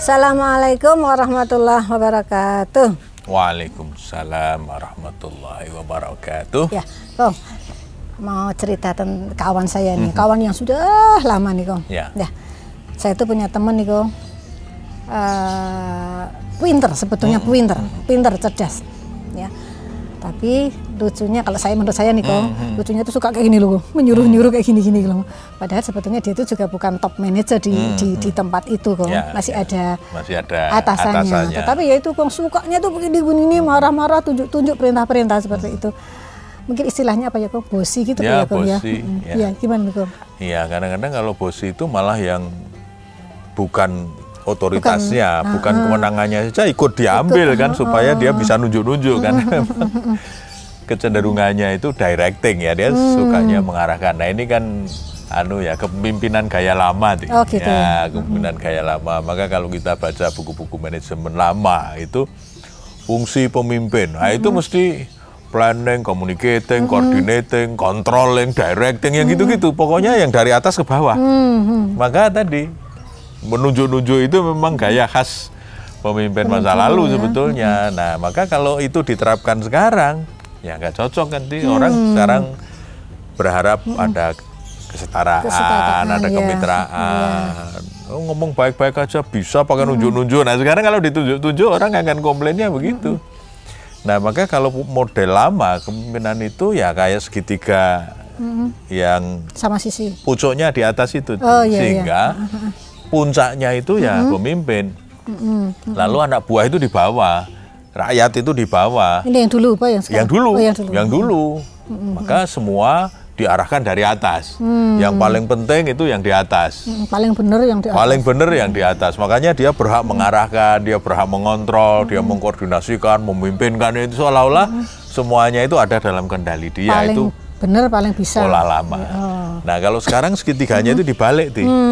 Assalamualaikum warahmatullahi wabarakatuh. Waalaikumsalam warahmatullahi wabarakatuh. Ya, Kong, mau cerita tentang kawan saya nih, kawan yang sudah lama nih, Kong. Ya. Saya tuh punya teman nih, Kong. Pinter sebetulnya, pinter, cerdas. Ya. Tapi lucunya kalau menurut saya nih, Kong, lucunya tuh suka kayak gini loh, menyuruh-nyuruh kayak gini-gini loh. Padahal sebetulnya dia itu juga bukan top manager di tempat itu, Kong. Ya, masih ada atasannya. Tetapi ya itu, Kong, sukanya tuh begini-begini, marah-marah, tunjuk-tunjuk perintah-perintah seperti itu. Mungkin istilahnya apa ya, Kong? Bosi gitu ya, Kong, bosi, ya. Ya, gimana, Kong? Iya, kadang-kadang kalau bosi itu malah yang bukan otoritasnya, bukan kewenangannya saja ikut diambil kan, supaya dia bisa nunjuk-nunjuk kan. Kecenderungannya itu directing ya, dia sukanya mengarahkan. Nah ini kan kepemimpinan gaya lama Oh, gitu. Ya, kepemimpinan gaya lama. Maka kalau kita baca buku-buku manajemen lama itu fungsi pemimpin, nah itu mesti planning, communicating, coordinating, controlling, directing, yang gitu-gitu. Pokoknya yang dari atas ke bawah. Maka tadi menunjuk-nunjuk itu memang gaya khas pemimpin masa lalu sebetulnya. Nah, maka kalau itu diterapkan sekarang, ya nggak cocok nanti. Orang sekarang berharap ada kesetaraan, ada kemitraan. Ngomong baik-baik aja bisa pakai nunjuk-nunjuk. Nah, sekarang kalau ditunjuk-tunjuk orang akan komplainnya begitu. Nah, maka kalau model lama kepemimpinan itu ya kayak segitiga yang sama sisi pucuknya di atas itu, sehingga puncaknya itu ya pemimpin, lalu anak buah itu di bawah, rakyat itu di bawah. Ini yang dulu, Pak, yang sekarang? Yang dulu. Maka semua diarahkan dari atas. Yang paling penting itu yang di atas. Paling benar yang di atas. Paling benar yang di atas. Makanya dia berhak mengarahkan, dia berhak mengontrol, dia mengkoordinasikan, memimpinkan, itu seolah-olah semuanya itu ada dalam kendali dia. Paling itu benar, paling bisa. Pola lama. Nah, kalau sekarang segitiganya itu dibalik,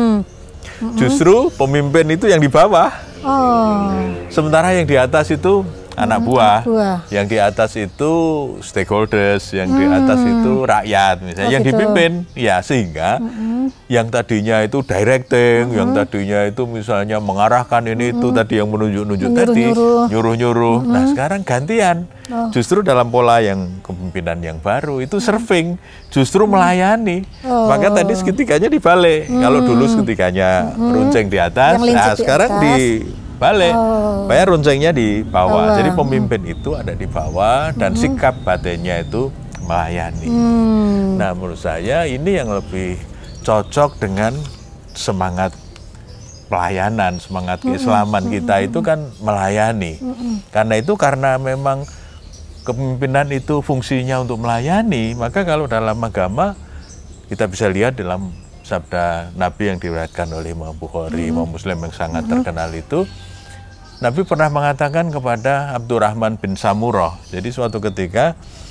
justru pemimpin itu yang di bawah. Sementara yang di atas itu anak buah. Yang di atas itu stakeholders, yang di atas itu rakyat misalnya, yang dipimpin. Ya, sehingga yang tadinya itu directing, yang tadinya itu misalnya mengarahkan ini itu tadi, yang menunjuk-nunjuk tadi, nyuruh-nyuruh. Nah, sekarang gantian. Justru dalam pola yang kepemimpinan yang baru itu serving, justru melayani. Maka tadi segitiganya dibalik. Kalau dulu segitiganya runcing di atas, nah sekarang dibalik. Supaya runcingnya di bawah. Jadi pemimpin itu ada di bawah dan sikap batinnya itu melayani. Nah, menurut saya ini yang lebih cocok dengan semangat pelayanan, semangat keislaman kita itu kan melayani. Karena memang kepemimpinan itu fungsinya untuk melayani, maka kalau dalam agama kita bisa lihat dalam sabda Nabi yang diriwayatkan oleh Imam Bukhari, Imam Muslim yang sangat terkenal itu, Nabi pernah mengatakan kepada Abdurrahman bin Samurah. Jadi suatu ketika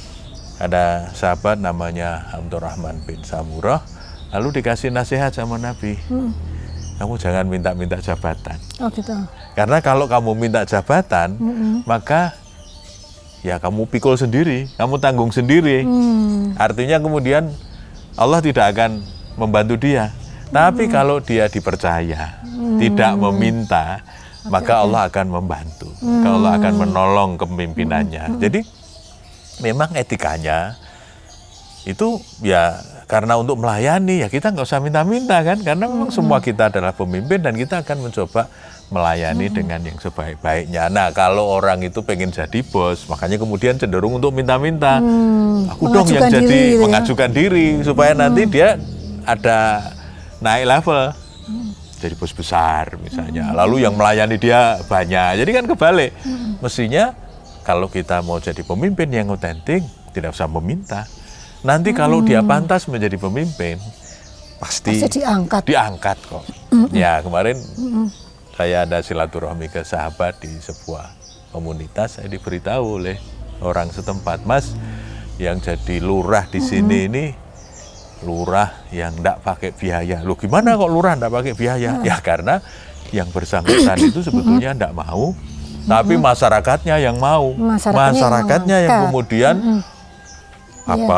ada sahabat namanya Abdurrahman bin Samurah, lalu dikasih nasihat sama Nabi, kamu jangan minta-minta jabatan. Oh, gitu. Karena kalau kamu minta jabatan, maka ya kamu pikul sendiri, kamu tanggung sendiri. Artinya kemudian Allah tidak akan membantu dia. Tapi kalau dia dipercaya, tidak meminta, maka Allah akan membantu. Allah akan menolong kepemimpinannya. Jadi memang etikanya itu ya karena untuk melayani, ya kita nggak usah minta-minta kan, karena memang semua kita adalah pemimpin dan kita akan mencoba melayani dengan yang sebaik-baiknya. Nah, kalau orang itu pengen jadi bos, makanya kemudian cenderung untuk minta-minta. Aku dong yang jadi mengajukan diri supaya nanti dia ada naik level. Jadi bos besar misalnya. Lalu yang melayani dia banyak. Jadi kan kebalik. Mestinya kalau kita mau jadi pemimpin yang otentik, tidak usah meminta. Nanti kalau dia pantas menjadi pemimpin, pasti diangkat kok. Ya, kemarin saya ada silaturahmi ke sahabat di sebuah komunitas, saya diberitahu oleh orang setempat, Mas, yang jadi lurah di sini ini lurah yang enggak pakai biaya. Loh, gimana kok lurah enggak pakai biaya? Ya karena yang bersangkutan itu sebetulnya enggak mau, tapi masyarakatnya yang mau. Masyarakatnya yang kemudian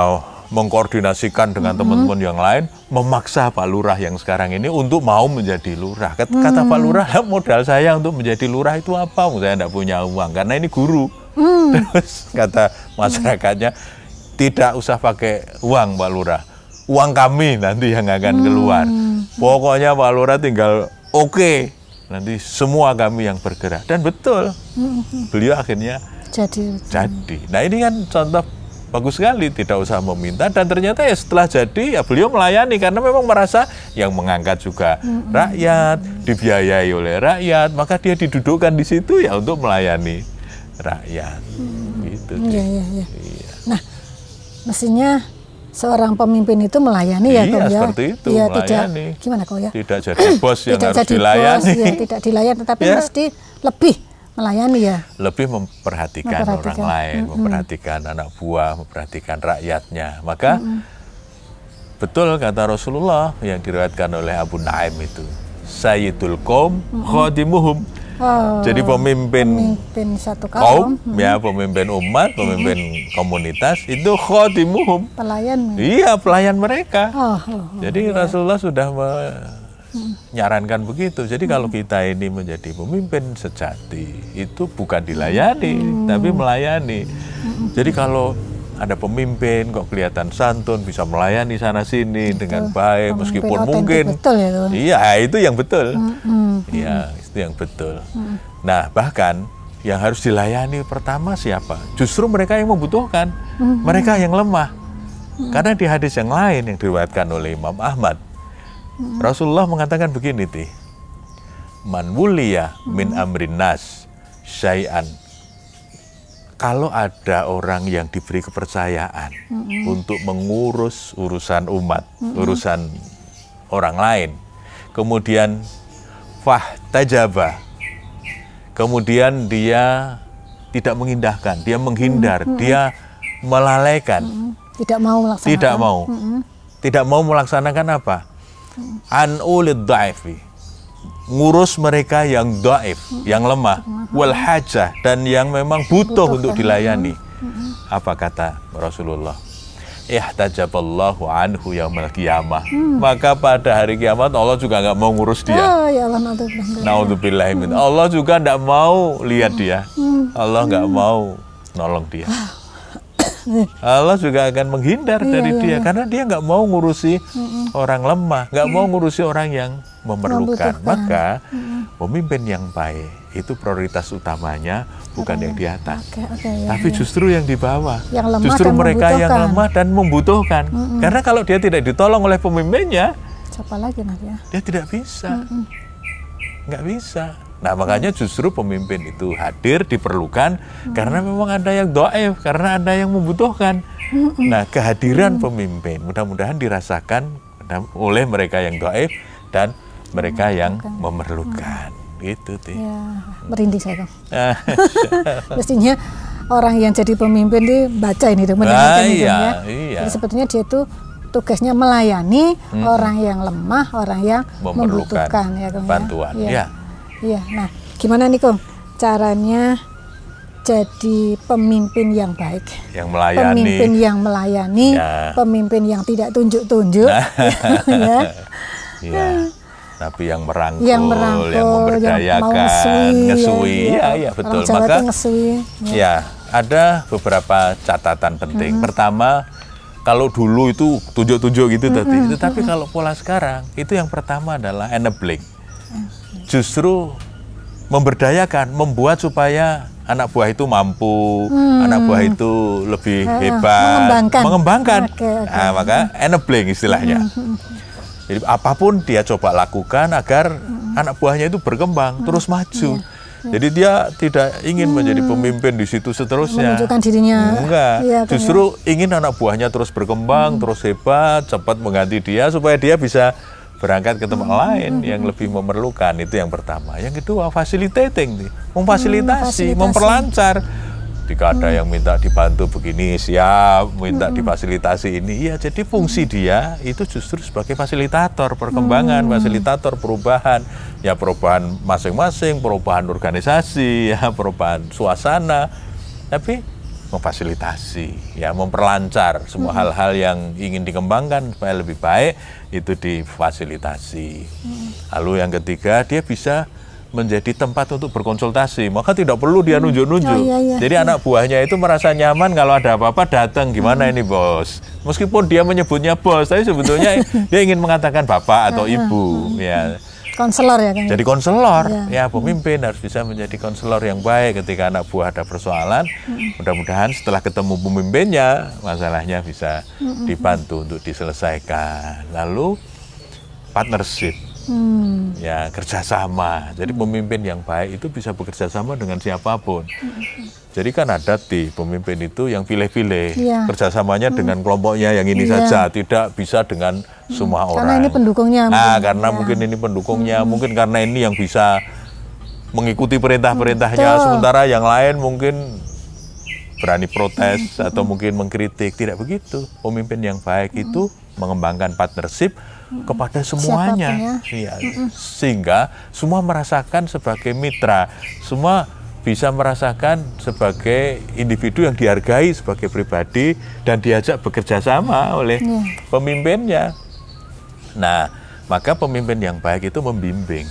mengkoordinasikan dengan teman-teman yang lain, memaksa Pak Lurah yang sekarang ini untuk mau menjadi lurah. Kata Pak Lurah, modal saya untuk menjadi lurah itu apa? Saya tidak punya uang, karena ini guru. Terus kata masyarakatnya, tidak usah pakai uang Pak Lurah, uang kami nanti yang akan keluar. Pokoknya Pak Lurah tinggal oke, nanti semua kami yang bergerak. Dan betul, beliau akhirnya jadi. Nah ini kan contoh bagus sekali, tidak usah meminta, dan ternyata ya setelah jadi ya beliau melayani karena memang merasa yang mengangkat juga rakyat, dibiayai oleh rakyat, maka dia didudukkan di situ ya untuk melayani rakyat. Gitu. Iya. Nah, mestinya seorang pemimpin itu melayani ya, Kong, ya. Seperti itu, ya, melayani. Gimana, Kong, ya? Tidak jadi bos yang tidak harus jadi dilayani. Bos, ya, tidak dilayani, tetapi mesti lebih melayani ya. Lebih memperhatikan orang lain, memperhatikan anak buah, memperhatikan rakyatnya. Maka betul kata Rasulullah yang diriwayatkan oleh Abu Naim itu, Sayyidul Qaum khadimuhum. Jadi pemimpin satu kaum, ya, pemimpin umat, pemimpin komunitas itu khadimuhum. Pelayan. Iya, pelayan mereka. Jadi Rasulullah sudah menyarankan begitu. Jadi kalau kita ini menjadi pemimpin sejati, itu bukan dilayani, tapi melayani. Jadi kalau ada pemimpin kok kelihatan santun, bisa melayani sana-sini dengan baik, meskipun mungkin. Betul ya, Tuan? Iya, itu yang betul. Iya, itu yang betul. Nah, bahkan yang harus dilayani pertama siapa? Justru mereka yang membutuhkan, mereka yang lemah. Karena di hadis yang lain yang diriwayatkan oleh Imam Ahmad, Rasulullah mengatakan begini, man wuliya min amrin nas syai'an. Kalau ada orang yang diberi kepercayaan untuk mengurus urusan umat, urusan orang lain, kemudian fahtajaba, kemudian dia tidak mengindahkan, dia menghindar, dia melalaikan, tidak mau melaksanakan apa? An ulid dha'ifi, ngurus mereka yang dhaif, yang lemah, wal hajah, dan yang memang butuh untuk dilayani. Apa kata Rasulullah? Ihtajaballahu anhu yaumal qiyamah. Maka pada hari kiamat Allah juga nggak mau ngurus dia. Naudzubillah min. Allah juga nggak mau lihat dia. Allah nggak mau nolong dia. Allah juga akan menghindar dari dia karena dia nggak mau ngurusi orang lemah, nggak mau ngurusi orang yang memerlukan. Maka pemimpin yang baik itu prioritas utamanya bukan yang di atas, tapi justru yang di bawah, justru mereka yang lemah dan membutuhkan. Karena kalau dia tidak ditolong oleh pemimpinnya, siapa lagi nanti ya? Dia tidak bisa, nggak bisa. Nah, makanya justru pemimpin itu hadir, diperlukan, karena memang ada yang dhaif, karena ada yang membutuhkan. Nah, kehadiran pemimpin mudah-mudahan dirasakan oleh mereka yang dhaif dan mereka yang memerlukan. Gitu, ya, merinding saya, Kang. Mestinya orang yang jadi pemimpin ini baca ini, mendengarkan ini, ya. Jadi sebetulnya dia itu tugasnya melayani orang yang lemah, orang yang membutuhkan, ya, Kang, bantuan. Ya. Iya, nah gimana nih, Kong, caranya jadi pemimpin yang baik, yang melayani, pemimpin yang melayani, pemimpin yang tidak tunjuk-tunjuk, tapi yang merangkul, yang memberdayakan, ngesui, ya betul. Maka ya ada beberapa catatan penting. Pertama, kalau dulu itu tunjuk-tunjuk gitu tetapi kalau pola sekarang itu yang pertama adalah enabling. Justru memberdayakan, membuat supaya anak buah itu mampu, anak buah itu lebih hebat, mengembangkan. Nah, maka enabling istilahnya. Jadi apapun dia coba lakukan agar anak buahnya itu berkembang, terus maju. Jadi dia tidak ingin menjadi pemimpin di situ seterusnya. Menunjukkan dirinya. Enggak, justru ingin anak buahnya terus berkembang, terus hebat, cepat mengganti dia supaya dia bisa berangkat ke tempat lain yang lebih memerlukan. Itu yang pertama. Yang kedua, facilitating, memfasilitasi, memperlancar. Jika ada yang minta dibantu begini, siap, minta difasilitasi ini, ya jadi fungsi dia itu justru sebagai fasilitator perkembangan, fasilitator perubahan, ya perubahan masing-masing, perubahan organisasi, ya perubahan suasana. Tapi memfasilitasi, ya, memperlancar semua hal-hal yang ingin dikembangkan supaya lebih baik itu difasilitasi. Lalu yang ketiga, dia bisa menjadi tempat untuk berkonsultasi, maka tidak perlu dia nunjuk-nunjuk. Jadi anak buahnya itu merasa nyaman kalau ada apa-apa datang, gimana ini bos. Meskipun dia menyebutnya bos, tapi sebetulnya dia ingin mengatakan bapak atau ibu, ya. Konselor ya kan? Jadi konselor, ya pemimpin harus bisa menjadi konselor yang baik ketika anak buah ada persoalan. Mudah-mudahan setelah ketemu pemimpinnya, masalahnya bisa dibantu untuk diselesaikan. Lalu partnership, ya kerjasama. Jadi pemimpin yang baik itu bisa bekerja sama dengan siapapun. Jadi kan ada pemimpin itu yang pilih-pilih, kerjasamanya dengan kelompoknya yang ini saja, tidak bisa dengan semua orang. Karena ini pendukungnya. Karena mungkin ini pendukungnya, mungkin karena ini yang bisa mengikuti perintah-perintahnya, sementara yang lain mungkin berani protes atau mungkin mengkritik. Tidak begitu. Pemimpin yang baik itu mengembangkan partnership kepada semuanya, sehingga semua merasakan sebagai mitra, semua bisa merasakan sebagai individu yang dihargai sebagai pribadi dan diajak bekerja sama oleh pemimpinnya. Nah, maka pemimpin yang baik itu membimbing.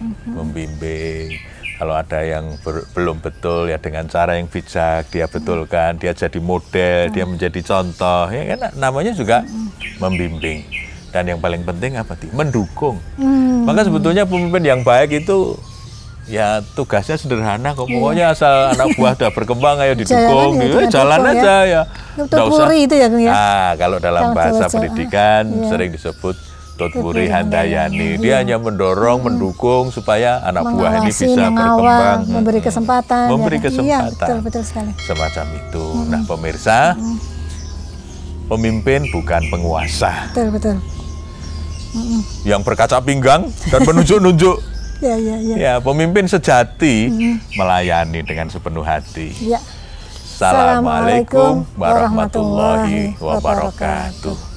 Kalau ada yang belum betul, ya dengan cara yang bijak dia betulkan, dia jadi model, dia menjadi contoh, ya kan namanya juga membimbing. Dan yang paling penting apa? Mendukung. Maka sebetulnya pemimpin yang baik itu ya tugasnya sederhana kok, pokoknya asal anak buah udah berkembang ayo didukung, jalan aja ya. Nggak usah. Itu ya, ya. Kalau dalam bahasa pendidikan sering disebut Tutwuri Handayani. Dia hanya mendorong, mendukung supaya anak buah ini bisa berkembang, memberi kesempatan. Memberi kesempatan. Iya, betul sekali. Semacam itu. Nah, pemirsa, pemimpin bukan penguasa. Betul. Yang berkaca pinggang dan menunjuk-nunjuk. Ya, pemimpin sejati melayani dengan sepenuh hati. Assalamualaikum warahmatullahi wabarakatuh.